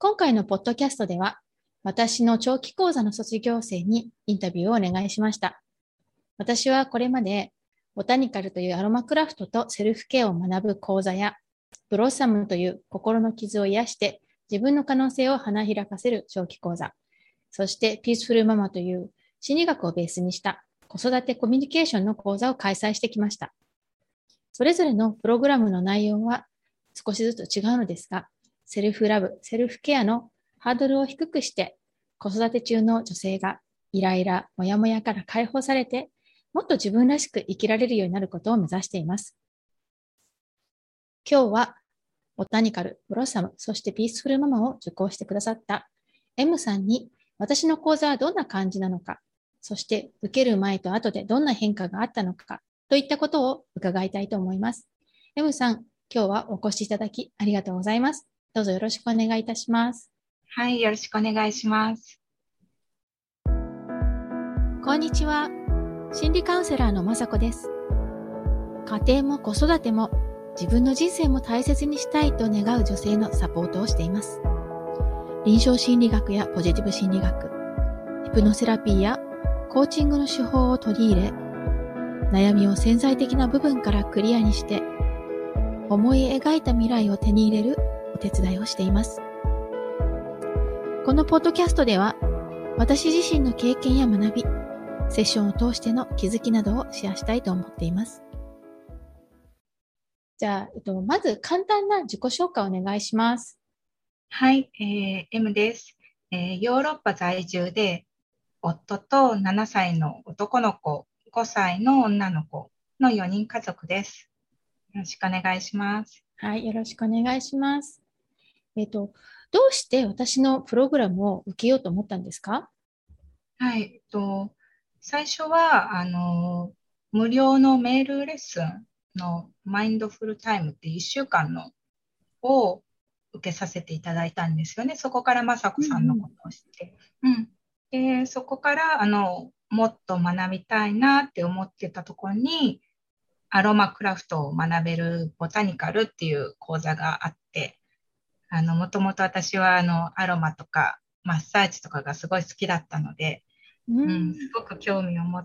今回のポッドキャストでは、私の長期講座の卒業生にインタビューをお願いしました。私はこれまで、ボタニカルというアロマクラフトとセルフケアを学ぶ講座や、ブロッサムという心の傷を癒して自分の可能性を花開かせる長期講座、そしてピースフルママという心理学をベースにした子育てコミュニケーションの講座を開催してきました。それぞれのプログラムの内容は少しずつ違うのですが、セルフラブ、セルフケアのハードルを低くして、子育て中の女性がイライラ、モヤモヤから解放されて、もっと自分らしく生きられるようになることを目指しています。今日は、ボタニカル、ブロッサム、そしてピースフルママを受講してくださった M さんに、私の講座はどんな感じなのか、そして受ける前と後でどんな変化があったのか、といったことを伺いたいと思います。M さん、今日はお越しいただきありがとうございます。どうぞよろしくお願いいたします。 はい、よろしくお願いします。 こんにちは。心理カウンセラーのまさこです。家庭も子育ても自分の人生も大切にしたいと願う女性のサポートをしています。臨床心理学やポジティブ心理学、ヒプノセラピーやコーチングの手法を取り入れ、悩みを潜在的な部分からクリアにして、思い描いた未来を手に入れるお手伝いをしています。このポッドキャストでは、私自身の経験や学び、セッションを通しての気づきなどをシェアしたいと思っています。じゃあ、まず簡単な自己紹介をお願いします。 はい、M です。ヨーロッパ在住で、夫と7歳の男の子、5歳の女の子の4人家族です。よろしくお願いします。 はい、よろしくお願いします。どうして私のプログラムを受けようと思ったんですか？ はい、最初は、無料のメールレッスンのマインドフルタイムって1週間のを受けさせていただいたんですよね。そこから雅子さんのことを知って。で、そこから、もっと学びたいなって思ってたところに、アロマクラフトを学べるボタニカルっていう講座があって、もともと私はアロマとかマッサージとかがすごい好きだったので、すごく興味を持って、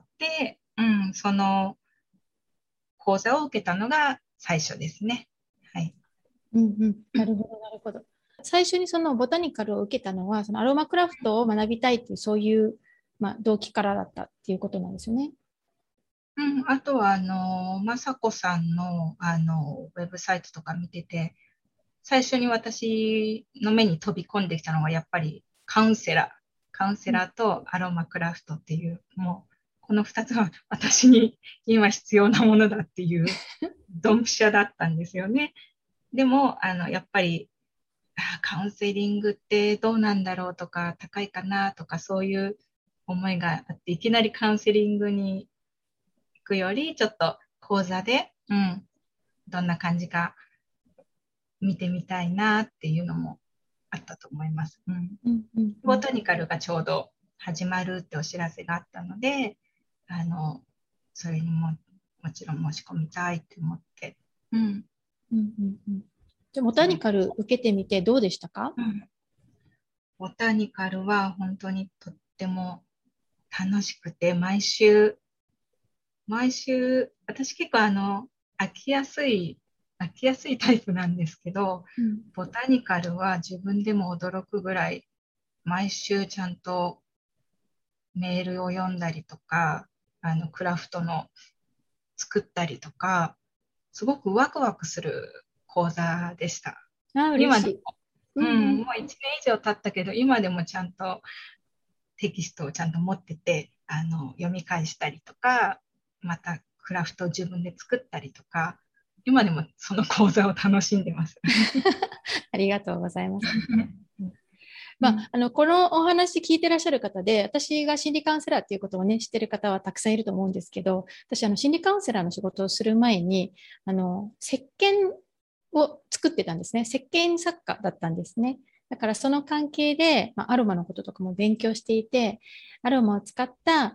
その講座を受けたのが最初ですね。はい。 なるほど、なるほど。最初にそのボタニカルを受けたのは、そのアロマクラフトを学びたいっていう、そういう、動機からだったっていうことなんですよね。 あとは、雅子さんの、ウェブサイトとか見てて、最初に私の目に飛び込んできたのは、やっぱりカウンセラーとアロマクラフトっていう、もう、この2つは私に今必要なものだっていう、ドンピシャだったんですよね。でも、やっぱり、カウンセリングってどうなんだろうとか、高いかなとか、そういう思いがあって、いきなりカウンセリングに行くより、ちょっと講座で、どんな感じか見てみたいなっていうのもあったと思います。ボタニカルがちょうど始まるってお知らせがあったので、それにもちろん申し込みたいって思って。 でボタニカル受けてみてどうでしたか？ ボタニカルは本当にとっても楽しくて、毎週、私結構飽きやすいタイプなんですけど、ボタニカルは自分でも驚くぐらい、毎週ちゃんとメールを読んだりとか、クラフトの作ったりとか、すごくワクワクする講座でした。 嬉しい。 もう1年以上経ったけど、今でもちゃんとテキストをちゃんと持ってて、読み返したりとか、またクラフトを自分で作ったりとか、今でもその講座を楽しんでます。 ありがとうございます。このお話聞いてらっしゃる方で、私が心理カウンセラーっていうことをね、知ってる方はたくさんいると思うんですけど、私、心理カウンセラーの仕事をする前に、石鹸を作ってたんですね。石鹸作家だったんですね。だからその関係で、アロマのこととかも勉強していて、アロマを使った、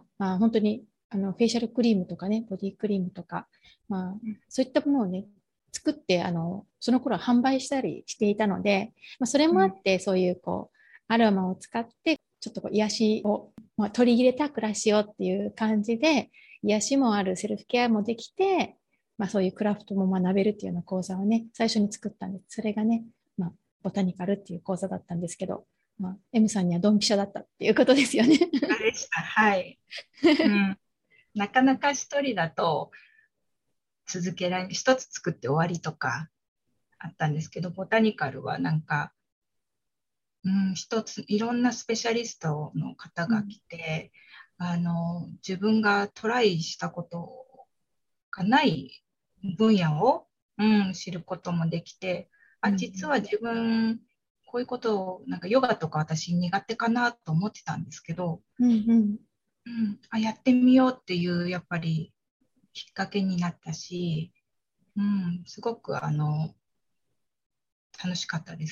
本当にフェイシャルクリームとかね、ボディクリームとか、そういったものをね、 作って、その頃は販売したりしていたので、それもあって、そういうこう、アロマを使って、ちょっとこう癒しを、取り入れた暮らしをっていう感じで、癒しもある、セルフケアもできて、そういうクラフトも学べるっていうような講座をね、最初に作ったんです。それがね、ボタニカルっていう講座だったんですけど、M さんにはドンピシャだったっていうことですよね。 でした。はい。うん。なかなか一人だと続けられない。一つ作って終わりとかあったんですけど、ボタニカルはなんか、一つ、いろんなスペシャリストの方が来て、自分がトライしたことがない分野を、知ることもできて、実は自分、こういうことを、なんかヨガとか私苦手かなと思ってたんですけど、やってみようっていう、やっぱりきっかけになったし、すごく楽しかったです。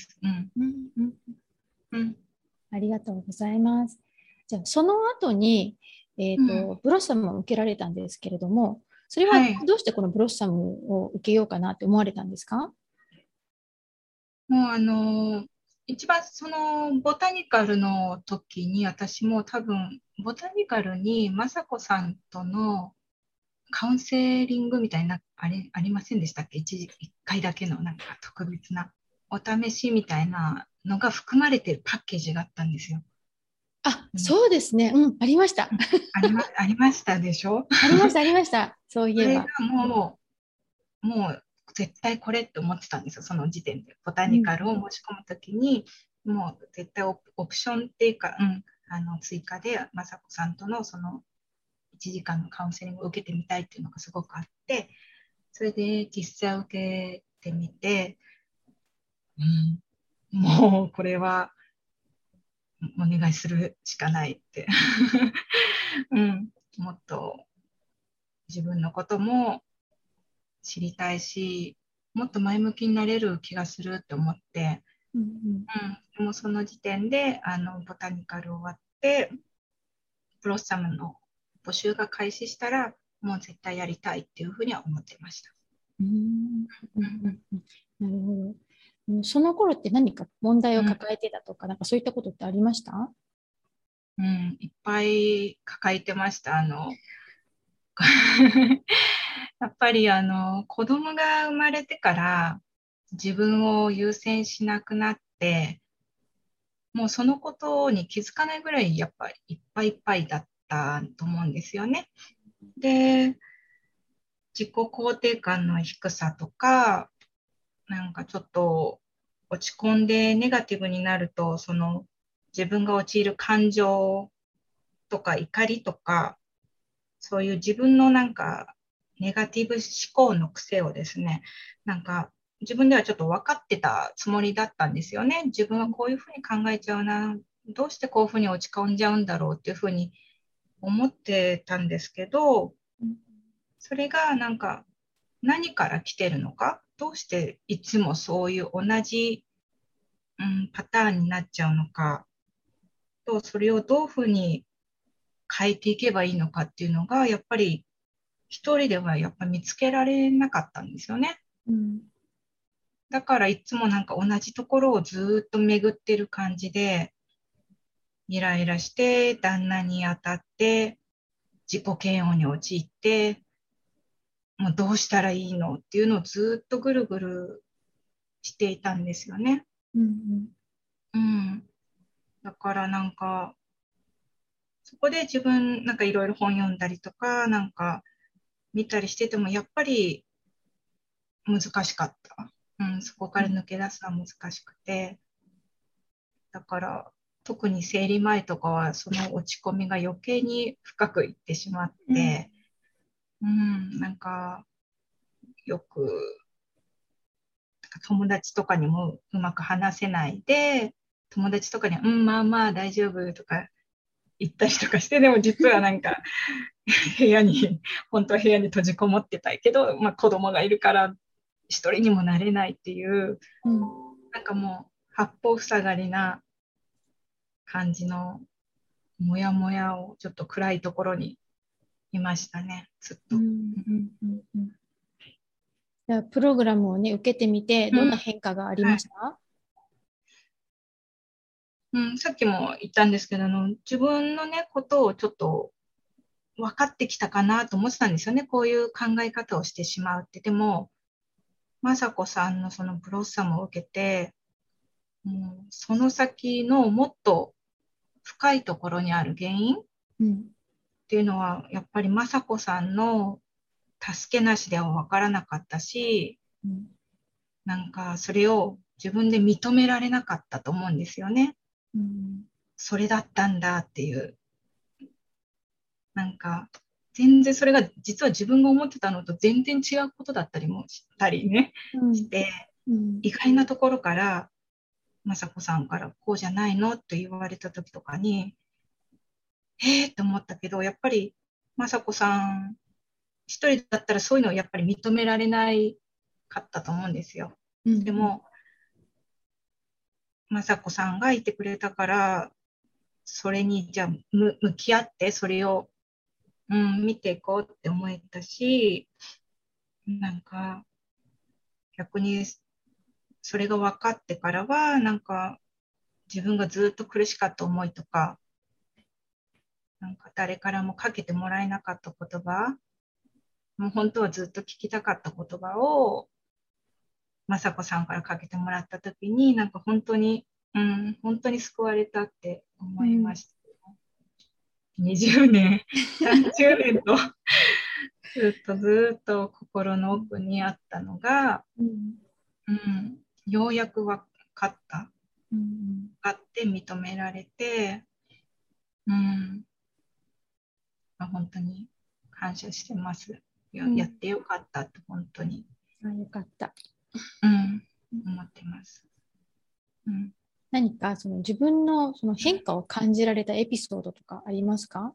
ありがとうございます。じゃあ、その後に、ブロッサムを受けられたんですけれども、それはどうしてこのブロッサムを受けようかなって思われたんですか？ もう一番そのボタニカルの時に私も多分ボタニカルに雅子さんとのカウンセリングみたいなありませんでしたっけ？一回だけのなんか特別なお試しみたいなのが含まれているパッケージがあったんですよ。 そうですね。ありました。 ありましたでしょ？ ありました、ありました。そういえば。 それがもう絶対これって思ってたんですよ、その時点で。ボタニカルを申し込むときに、もう絶対オプションっていうか、追加で雅子さんとのその1時間のカウンセリングを受けてみたいっていうのがすごくあって、それで実際受けてみて、もうこれはお願いするしかないって、もっと自分のことも知りたいし、もっと前向きになれる気がするって思って、でもその時点でボタニカル終わって、ブロッサムの募集が開始したら、もう絶対やりたいっていうふうには思ってました。 なるほど。その頃って何か問題を抱えてたとか、なんかそういったことってありました？ いっぱい抱えてました。やっぱり子供が生まれてから自分を優先しなくなって、もうそのことに気づかないぐらいやっぱりいっぱいいっぱいだったと思うんですよね。で、自己肯定感の低さとか、なんかちょっと落ち込んでネガティブになると、その自分が陥る感情とか怒りとか、そういう自分のなんかネガティブ思考の癖をですね、なんか自分ではちょっと分かってたつもりだったんですよね。自分はこういうふうに考えちゃうな、どうしてこういうふうに落ち込んじゃうんだろうっていうふうに思ってたんですけど、それがなんか何から来てるのか、どうしていつもそういう同じ、パターンになっちゃうのか、とそれをどういうふうに変えていけばいいのかっていうのが、やっぱり一人ではやっぱ見つけられなかったんですよね。だからいつもなんか同じところをずっと巡ってる感じで、イライラして、旦那に当たって、自己嫌悪に陥って、もうどうしたらいいのっていうのをずっとぐるぐるしていたんですよね。だからなんか、そこで自分なんかいろいろ本読んだりとか、なんか見たりしてても、やっぱり難しかった。そこから抜け出すのは難しくて。だから、特に生理前とかは、その落ち込みが余計に深くいってしまって、なんか、よく、友達とかにもうまく話せないで、友達とかに、まあまあ大丈夫とか言ったりとかして、でも実はなんか、部屋に、本当は部屋に閉じこもってたいけど、子供がいるから一人にもなれないっていう、なんかもう八方塞がりな感じのもやもやをちょっと暗いところにいましたね、ずっと。 じゃあプログラムをね、受けてみて、どんな変化がありました？ さっきも言ったんですけど、自分のね、ことをちょっと分かってきたかなと思ってたんですよね。こういう考え方をしてしまうって。でも、雅子さんのそのブロッサムを受けて、その先のもっと深いところにある原因っうん。 ていうのは、やっぱり雅子さんの助けなしでは分からなかったし、 うん。 なんかそれを自分で認められなかったと思うんですよね。 うん。 それだったんだっていう。なんか、全然それが実は自分が思ってたのと全然違うことだったりもしたりね、 うん。 して、 うん。 意外なところから、雅子さんからこうじゃないのと言われた時とかに、って思ったけど、やっぱり雅子さん一人だったらそういうのをやっぱり認められないかったと思うんですよ。 うん。 でも、雅子さんがいてくれたから、それにじゃあ向き合って、それを、見ていこうって思えたし、なんか逆にそれが分かってからは、なんか自分がずっと苦しかった思いとか、なんか誰からもかけてもらえなかった言葉、もう本当はずっと聞きたかった言葉を、雅子さんからかけてもらったときに、なんか本当に、本当に救われたって思いまうん。 した。20年、30年とずっと心の奥にあったのが、 うん。 ようやく分かった。 うん。 分かって認められて、うん、本当に感謝してます。 うん。 やってよかったって本当に、 あ、よかった。 思ってます。うん、 何かその自分のその変化を感じられたエピソードとかありますか？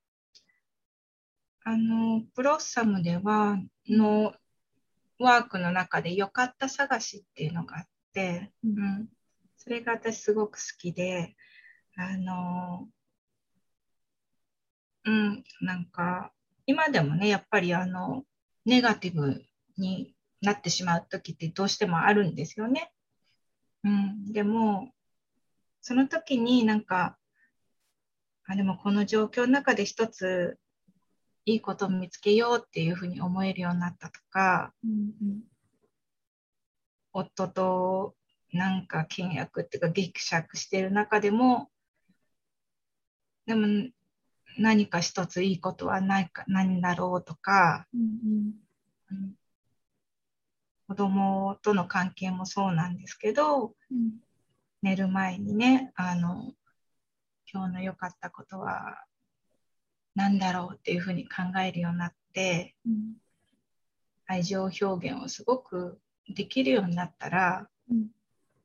ブロッサムでは、のワークの中で良かった探しっていうのがあって、 うん。 それが私すごく好きで、あの、なんか、今でもね、やっぱりネガティブになってしまう時ってどうしてもあるんですよね。でも、その時になんか、でもこの状況の中で一ついいことを見つけようっていうふうに思えるようになったとか、 うん。 夫となんか倹約っていうかギクシャクしている中でも、でも何か一ついいことはないか、何だろうとか、 うん。 うん、子供との関係もそうなんですけど、 うん。 寝る前にね、今日の良かったことは何だろうっていうふうに考えるようになって、 うん。 愛情表現をすごくできるようになったら、 うん。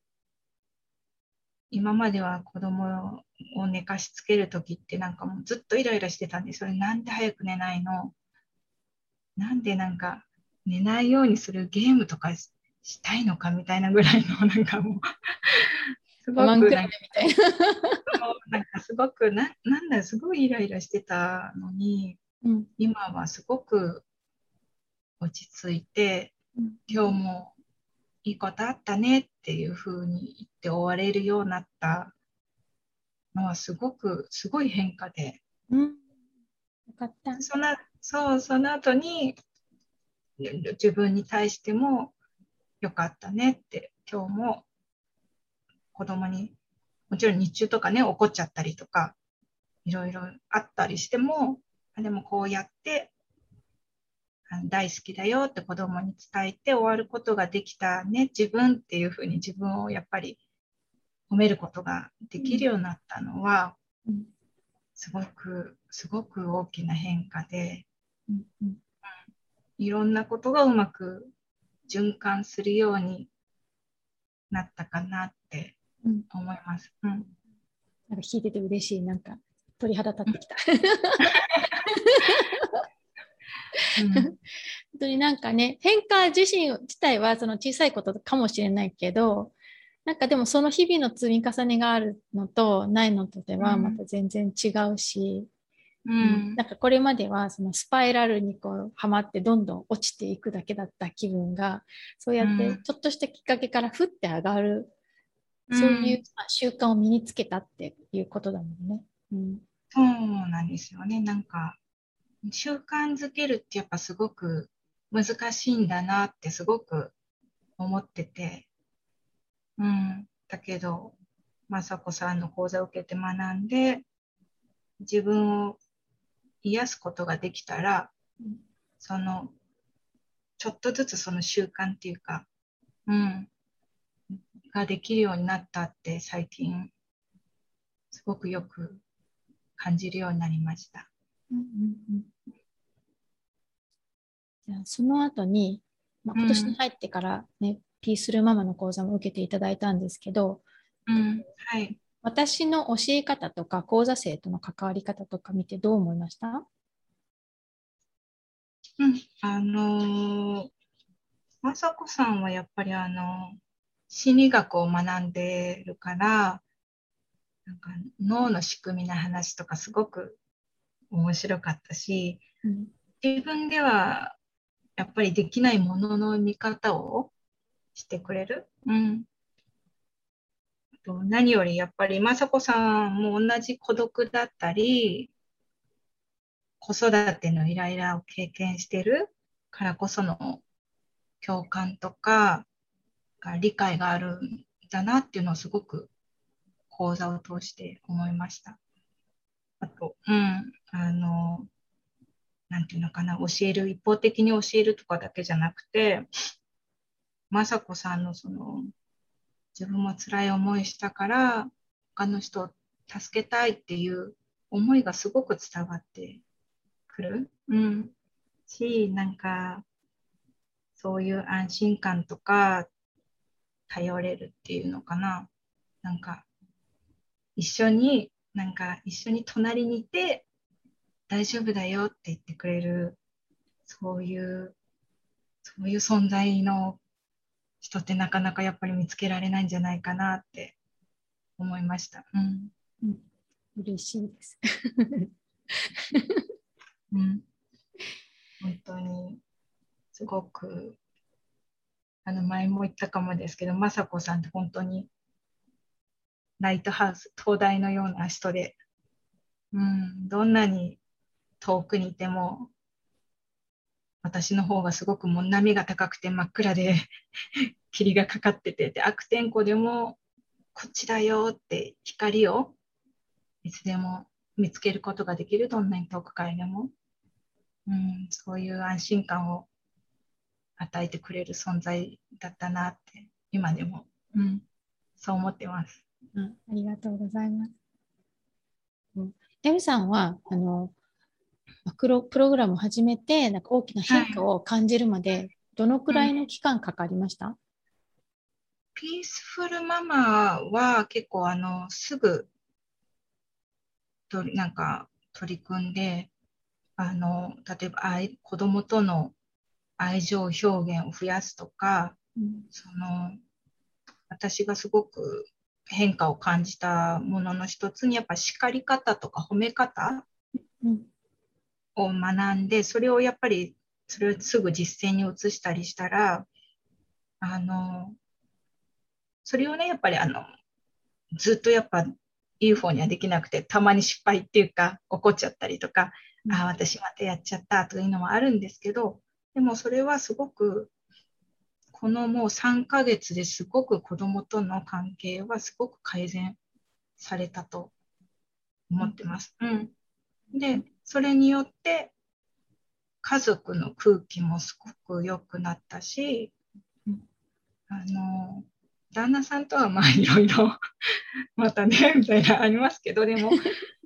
今までは子供を寝かしつけるときってなんかもうずっとイライラしてたんで、それなんで早く寝ないの、なんでなんか寝ないようにするゲームとかしたいのかみたいなぐらいのなんかもうす我慢比べごくなんかみたいな。 すごくなんだすごいイライラしてたのに、 うん。 今はすごく落ち着いて、 うん。 今日もいいことあったねっていう風に言って終われるようになったのはすごい変化で、 うん。よかった。 その後に自分に対してもよかったねって、今日も子供に、もちろん日中とかね、怒っちゃったりとか、いろいろあったりしても、でもこうやって大好きだよって子供に伝えて終わることができたね、自分っていうふうに自分をやっぱり褒めることができるうん。 ようになったのは、 うん。 すごく大きな変化で、 うん。うん。 いろんなことがうまく循環するようになったかなってうん。 思います。 なんか聞いてて嬉しい。なんか鳥肌立ってきた。 うん、 本当になんかね、変化自体はその小さいことかもしれないけど、なんかでもその日々の積み重ねがあるのとないのとではまた全然違うし、 なんかこれまではそのスパイラルにこうはまってどんどん落ちていくだけだった気分が、そうやってちょっとしたきっかけからふって上がる、そういう習慣を身につけたっていうことだもんね。 そうなんですよね。なんか、習慣づけるってやっぱすごく難しいんだなってすごく思ってて、だけど、雅子さんの講座を受けて学んで、自分を癒すことができたら、その、ちょっとずつその習慣っていうか、ができるようになったって最近、すごくよく感じるようになりました。 じゃあその後に、今年に入ってからね、ピースルママの講座も受けていただいたんですけど、 はい。 私の教え方とか講座生との関わり方とか見てどう思いました？ 雅子さんはやっぱり心理学を学んでるから、なんか脳の仕組みの話とかすごく面白かったし、自分ではやっぱりできないものの見方をしてくれる。何よりやっぱり雅子さんも同じ孤独だったり、子育てのイライラを経験してるからこその共感とか理解があるんだなっていうのをすごく講座を通して思いました。あと、なんていうのかな、一方的に教えるとかだけじゃなくて、雅子さんの自分も辛い思いしたから、他の人を助けたいっていう思いがすごく伝わってくる。なんか、そういう安心感とか、頼れるっていうのかな。なんか、一緒に隣にいて、大丈夫だよって言ってくれる、そういう、そういう存在の人ってなかなかやっぱり見つけられないんじゃないかなって思いました。 嬉しいです。 本当に、すごく、前も言ったかもですけど、雅子さんって本当にライトハウス、灯台のような人で、どんなに遠くにいても、私の方がすごくもう波が高くて真っ暗で霧がかかってて、で悪天候でもこっちだよって光をいつでも見つけることができる、どんなに遠くからでも、そういう安心感を与えてくれる存在だったなって今でも、そう思ってます。 ありがとうございます。エミさんはプログラムを始めてなんか大きな変化を感じるまでどのくらいの期間かかりました？ ピースフルママは結構すぐなんか取り組んで、例えば子供との愛情表現を増やすとか、私がすごく変化を感じたものの一つに、やっぱ叱り方とか褒め方を学んで、それをすぐ実践に移したりしたら、それをね、やっぱりずっとやっぱいい方にはできなくて、たまに失敗っていうか、怒っちゃったりとか、私またやっちゃったというのもあるんですけど、でもそれはすごく、このもう3ヶ月ですごく子供との関係はすごく改善されたと思ってます。で、それによって家族の空気もすごく良くなったし、旦那さんとはまあいろいろまたね、みたいなありますけど、でも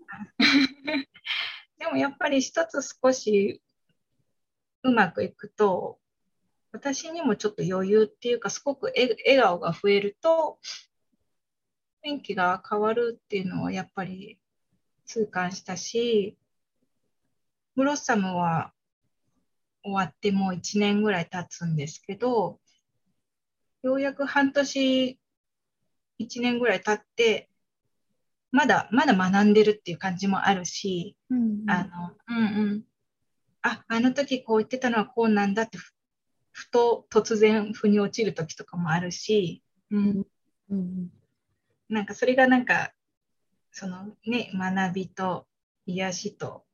でもやっぱり一つ少しうまくいくと、私にもちょっと余裕っていうか、すごく笑顔が増えると、雰囲気が変わるっていうのはやっぱり痛感したし、ブロッサムは終わってもう1年ぐらい経つんですけど、ようやく半年、1年ぐらい経って、 まだ学んでるっていう感じもあるし、あの時こう言ってたのはこうなんだってふと突然腑に落ちる時とかもあるし、なんかそれがなんか、そのね、学びと癒しと、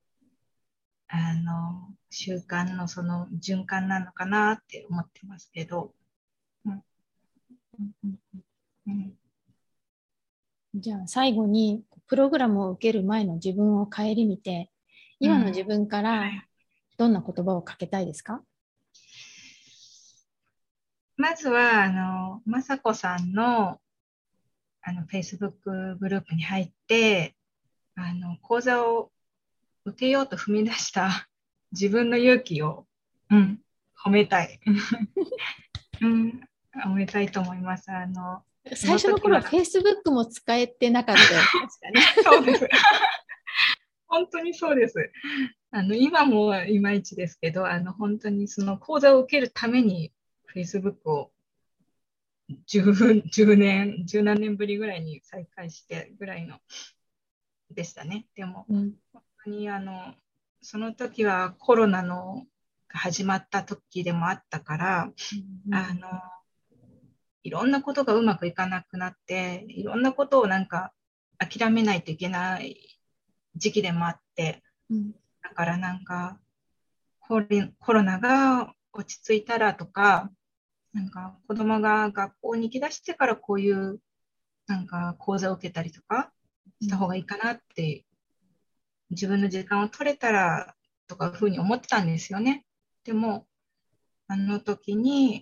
習慣のその循環なのかなって思ってますけど、 じゃあ最後にプログラムを受ける前の自分を顧みて、今の自分からどんな言葉をかけたいですか？ まずは、まさこさんの、Facebook グループに入って、講座を受けようと踏み出した自分の勇気を、褒めたい。褒めたいと思います。 最初の頃は Facebook も使えてなかったよ。確かに。 そうです。本当にそうです。今もいまいちですけど、本当にその講座を受けるために Facebook を10年、十何年ぶりぐらいに再開してぐらいのでしたね。でも、本当にその時はコロナのが始まった時でもあったから、いろんなことがうまくいかなくなって、いろんなことをなんか諦めないといけない時期でもあって、だからなんかコロナが落ち着いたらとか、なんか子供が学校に行き出してからこういうなんか講座を受けたりとかした方がいいかなって、自分の時間を取れたらとかふうに思ってたんですよね。でも、あの時に、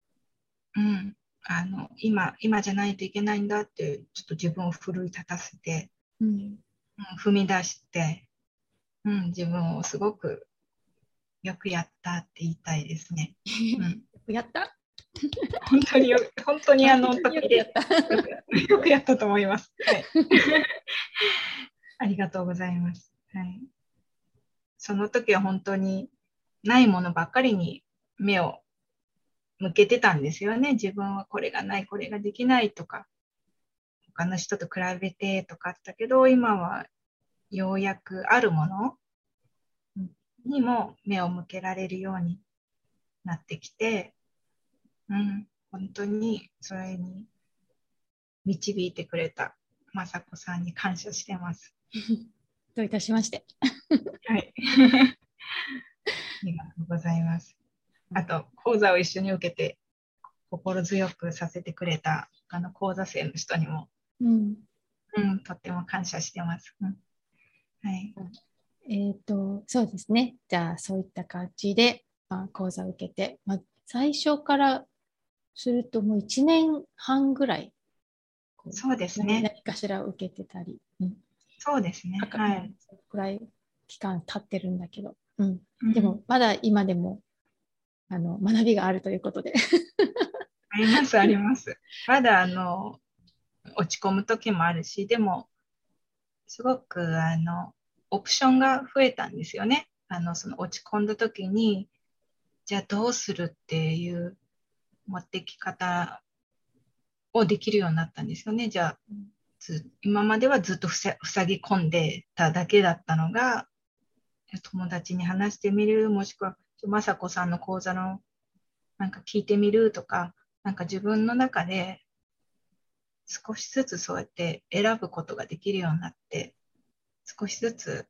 今じゃないといけないんだって、ちょっと自分を奮い立たせて、踏み出して、自分をすごくよくやったって言いたいですね。 やった本当に時でよくやったと思います。はい、ありがとうございます。はい、その時は本当にないものばっかりに目を向けてたんですよね。自分はこれがない、これができないとか、他の人と比べてとかあったけど、今はようやくあるものにも目を向けられるようになってきて、本当にそれに導いてくれた雅子さんに感謝してます。 どういたしまして。 はい。ありがとうございます。あと、講座を一緒に受けて心強くさせてくれた他の講座生の人にも、とっても感謝してます。はい。 そうですね。じゃあ、そういった感じで、講座を受けて、最初からするともう1年半ぐらい、 そうですね。 何かしら受けてたり。 そうですね。はい。 そのくらい期間経ってるんだけど。でも、まだ今でも、学びがあるということで。 あります、あります。まだ、落ち込む時もあるし、でも、すごく、オプションが増えたんですよね。その落ち込んだ時に、じゃあどうするっていう持ってき方をできるようになったんですよね。じゃあ、今まではずっと塞ぎ込んでただけだったのが、友達に話してみる、もしくは、雅子さんの講座のなんか聞いてみるとか、なんか自分の中で少しずつそうやって選ぶことができるようになって、少しずつ、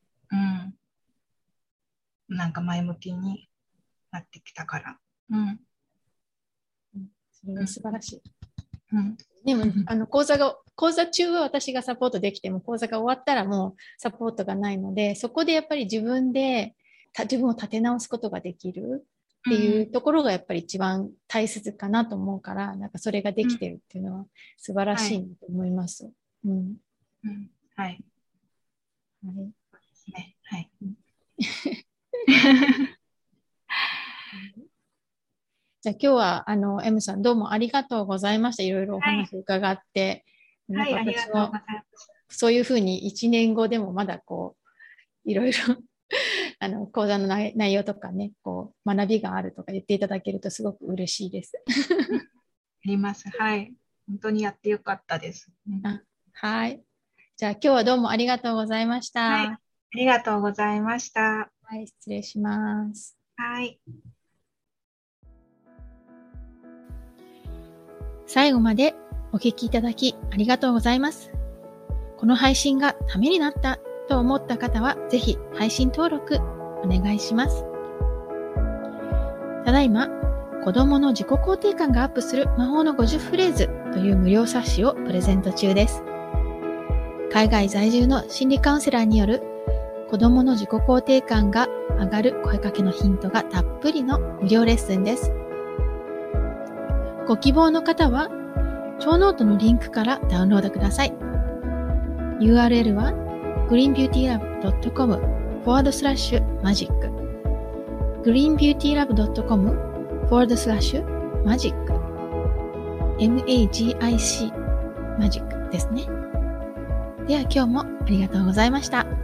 なんか前向きになってきたから。 それは素晴らしい。でも、講座中は私がサポートできても、講座が終わったらもうサポートがないので、そこでやっぱり自分を立て直すことができるっていうところがやっぱり一番大切かなと思うから、なんかそれができてるっていうのは素晴らしいと思います。 はい。そうですね。はい。 じゃあ今日はM さんどうもありがとうございました。いろいろお話伺って、 はい、ありがとうございます。 そういうふうに1年後でもまだいろいろ講座の内容とかね、学びがあるとか言っていただけるとすごく嬉しいです。 あります。はい。本当にやってよかったです。 はい。 じゃあ今日はどうもありがとうございました。 はい。ありがとうございました。 はい、失礼します。 はい。 最後までお聞きいただきありがとうございます。この配信がためになったと思った方は、ぜひ配信登録お願いします。ただいま、子供の自己肯定感がアップする魔法の50フレーズという無料冊子をプレゼント中です。海外在住の心理カウンセラーによる子供の自己肯定感が上がる声かけのヒントがたっぷりの無料レッスンです。ご希望の方は、小ノートのリンクからダウンロードください。URL は greenbeautylab.com/magic greenbeautylab.com/magic magic ですね。では今日もありがとうございました。